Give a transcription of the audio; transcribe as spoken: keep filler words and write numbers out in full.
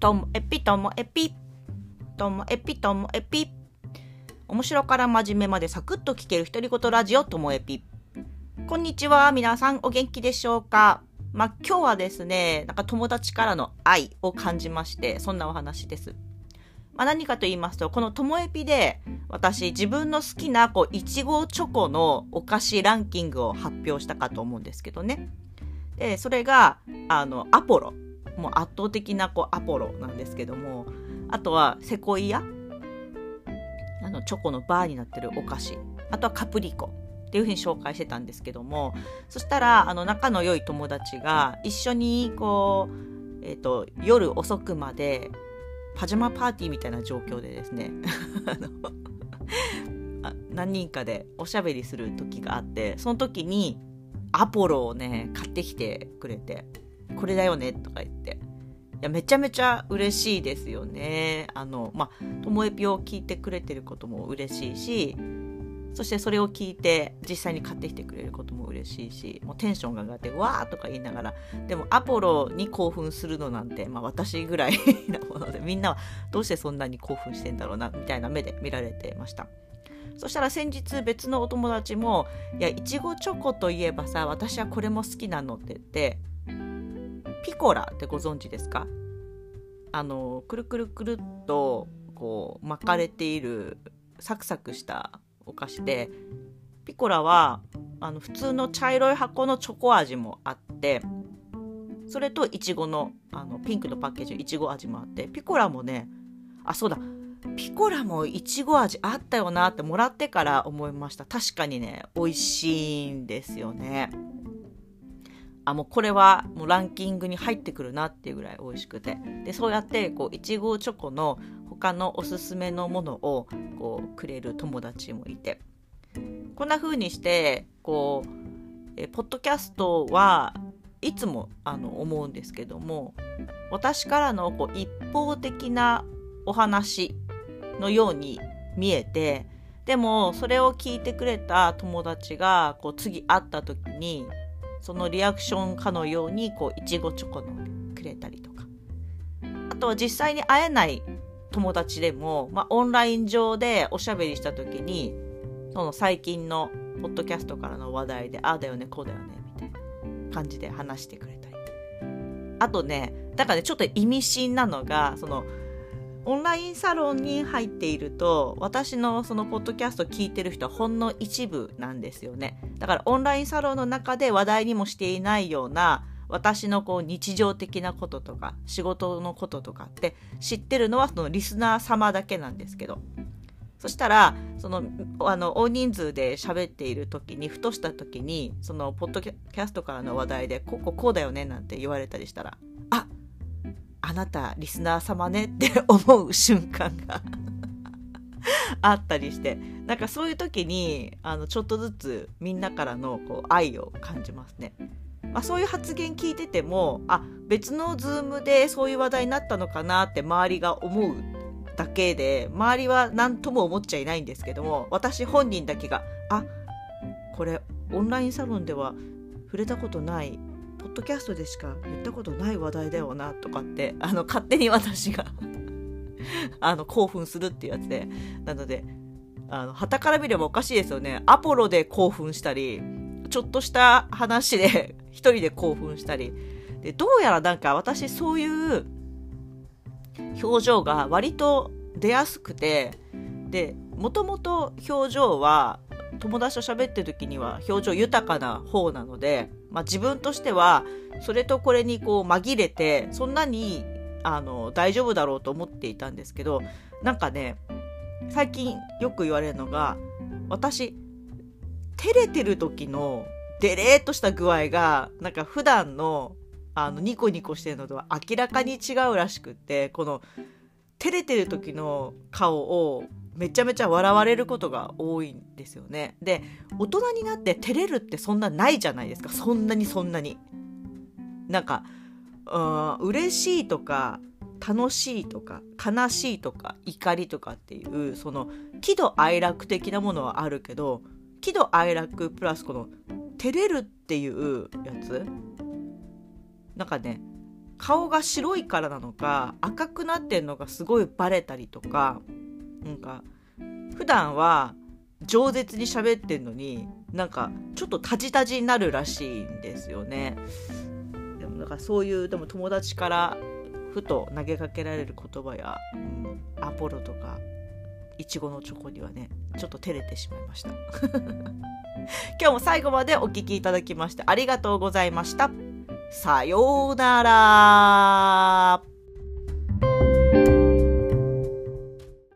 ともえぴともえぴともえぴともえぴ面白から真面目までサクッと聞ける独り言ラジオともえぴ。こんにちは、皆さんお元気でしょうか。まあ、今日はですね、なんか友達からの愛を感じまして、そんなお話です。まあ、何かと言いますと、このともえぴで私自分の好きなこういちごチョコのお菓子ランキングを発表したかと思うんですけどね。でそれがあのアポロ、もう圧倒的なこうアポロなんですけども、あとはセコイア、あのチョコのバーになってるお菓子、あとはカプリコっていう風に紹介してたんですけども、そしたらあの仲の良い友達が一緒にこう、えーと、夜遅くまでパジャマパーティーみたいな状況でですねあのあ何人かでおしゃべりする時があって、その時にアポロをね買ってきてくれて、これだよねとか言って、いやめちゃめちゃ嬉しいですよね。あのまあともえぴを聞いてくれてることも嬉しいし、そしてそれを聞いて実際に買ってきてくれることも嬉しいし、もうテンションが上がってわーとか言いながら、でもアポロに興奮するのなんて、まあ、私ぐらいなもので、みんなはどうしてそんなに興奮してんだろうなみたいな目で見られてました。そしたら先日別のお友達も、いやいちごチョコといえばさ、私はこれも好きなのって言って、ピコラってご存知ですか？あのくるくるくるっとこう巻かれているサクサクしたお菓子で、ピコラはあの普通の茶色い箱のチョコ味もあって、それといちごの、あのピンクのパッケージのいちご味もあって、ピコラもね、あそうだピコラもいちご味あったよなってもらってから思いました。確かにね美味しいんですよね。あもうこれはもうランキングに入ってくるなっていうぐらい美味しくて、でそうやってこういちごチョコの他のおすすめのものをこうくれる友達もいて、こんな風にしてこうえポッドキャストはいつもあの思うんですけども、私からのこう一方的なお話のように見えて、でもそれを聞いてくれた友達がこう次会った時にそのリアクションかのようにこういちごチョコのくれたりとか、あとは実際に会えない友達でも、まあ、オンライン上でおしゃべりした時にその最近のポッドキャストからの話題で、ああだよねこうだよねみたいな感じで話してくれたり、あとねだからねちょっと意味深なのが、そのオンラインサロンに入っていると私のそのポッドキャスト聞いてる人はほんの一部なんですよね。だからオンラインサロンの中で話題にもしていないような私のこう日常的なこととか仕事のこととかって知ってるのはそのリスナー様だけなんですけど、そしたらそのあの大人数で喋っている時にふとした時にそのポッドキャストからの話題でこうこうこうだよねなんて言われたりしたら、ああなたリスナー様ねって思う瞬間があったりして、なんかそういう時にあのちょっとずつみんなからのこう愛を感じますね。まあ、そういう発言聞いてても、あ別のズームでそういう話題になったのかなって周りが思うだけで、周りは何とも思っちゃいないんですけども、私本人だけがあこれオンラインサロンでは触れたことないポッドキャストでしか言ったことない話題だよなとかってあの勝手に私があの興奮するっていうやつで、なのであの傍から見ればおかしいですよね。アポロで興奮したり、ちょっとした話で一人で興奮したりで、どうやらなんか私そういう表情が割と出やすくて、でもともと表情は友達と喋ってる時には表情豊かな方なので、まあ、自分としてはそれとこれにこう紛れてそんなにあの大丈夫だろうと思っていたんですけど、なんかね最近よく言われるのが、私照れてる時のデレーっとした具合がなんか普段のあのニコニコしてるのとは明らかに違うらしくって、この照れてる時の顔をめちゃめちゃ笑われることが多いんですよね。で大人になって照れるってそんなないじゃないですか。そんなにそんなになんかうん嬉しいとか楽しいとか悲しいとか怒りとかっていうその喜怒哀楽的なものはあるけど、喜怒哀楽プラスこの照れるっていうやつなんかね顔が白いからなのか赤くなってんのがすごいバレたりとか、なんか普段は饒舌に喋ってんのになんかちょっとタジタジになるらしいんですよね。でもなんかそういうでも友達からふと投げかけられる言葉や、うん、アポロとかいちごのチョコにはねちょっと照れてしまいました今日も最後までお聞きいただきましてありがとうございました。さようなら。